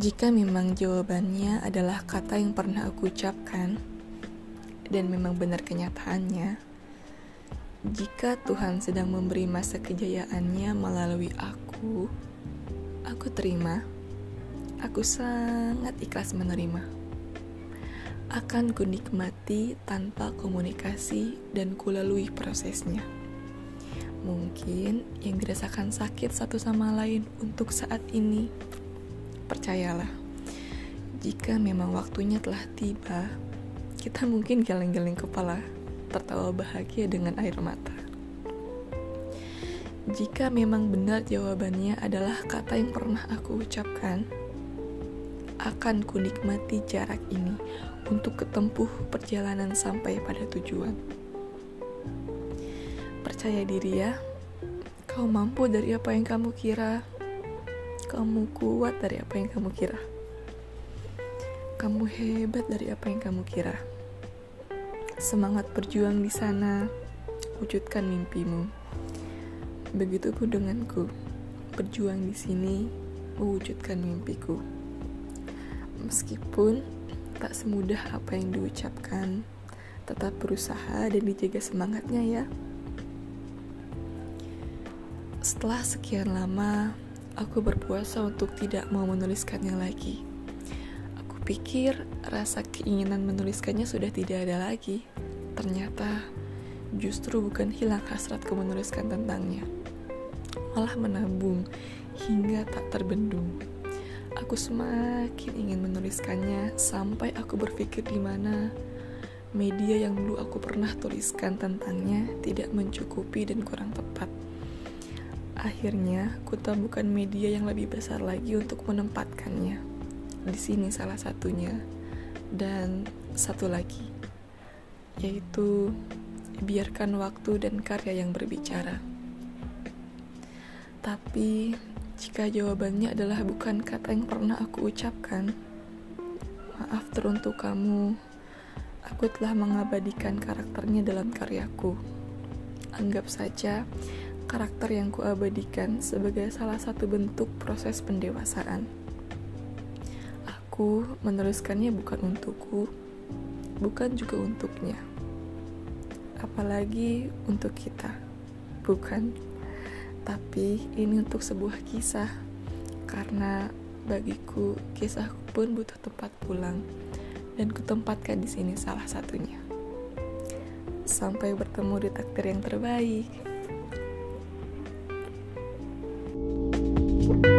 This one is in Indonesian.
Jika memang jawabannya adalah kata yang pernah aku ucapkan, dan memang benar kenyataannya, jika Tuhan sedang memberi masa kejayaannya melalui aku terima. Aku sangat ikhlas menerima. Akan kunikmati tanpa komunikasi dan kulalui prosesnya. Mungkin yang dirasakan sakit satu sama lain untuk saat ini. Percayalah, jika memang waktunya telah tiba, kita mungkin geleng-geleng kepala, tertawa bahagia dengan air mata. Jika memang benar jawabannya adalah kata yang pernah aku ucapkan, akan kunikmati jarak ini untuk ketempuh perjalanan sampai pada tujuan. Percaya diri ya, kau mampu dari apa yang kamu kira. Kamu kuat dari apa yang kamu kira. Kamu hebat dari apa yang kamu kira. Semangat berjuang di sana, wujudkan mimpimu. Begitupun denganku, berjuang di sini, mewujudkan mimpiku. Meskipun tak semudah apa yang diucapkan, tetap berusaha dan dijaga semangatnya ya. Setelah sekian lama, aku berpuasa untuk tidak mau menuliskannya lagi. Aku pikir rasa keinginan menuliskannya sudah tidak ada lagi. Ternyata justru bukan hilang hasratku menuliskan tentangnya, malah menabung hingga tak terbendung. Aku semakin ingin menuliskannya sampai aku berpikir di mana media yang dulu aku pernah tuliskan tentangnya tidak mencukupi dan kurang tepat. Akhirnya, aku temukan media yang lebih besar lagi untuk menempatkannya. Di sini salah satunya, dan satu lagi, yaitu biarkan waktu dan karya yang berbicara. Tapi, jika jawabannya adalah bukan kata yang pernah aku ucapkan, maaf teruntuk kamu, aku telah mengabadikan karakternya dalam karyaku. Anggap saja karakter yang kuabadikan sebagai salah satu bentuk proses pendewasaan. Aku menuliskannya bukan untukku, bukan juga untuknya. Apalagi untuk kita, bukan. Tapi ini untuk sebuah kisah, karena bagiku kisahku pun butuh tempat pulang, dan kutempatkan di sini salah satunya. Sampai bertemu di takdir yang terbaik.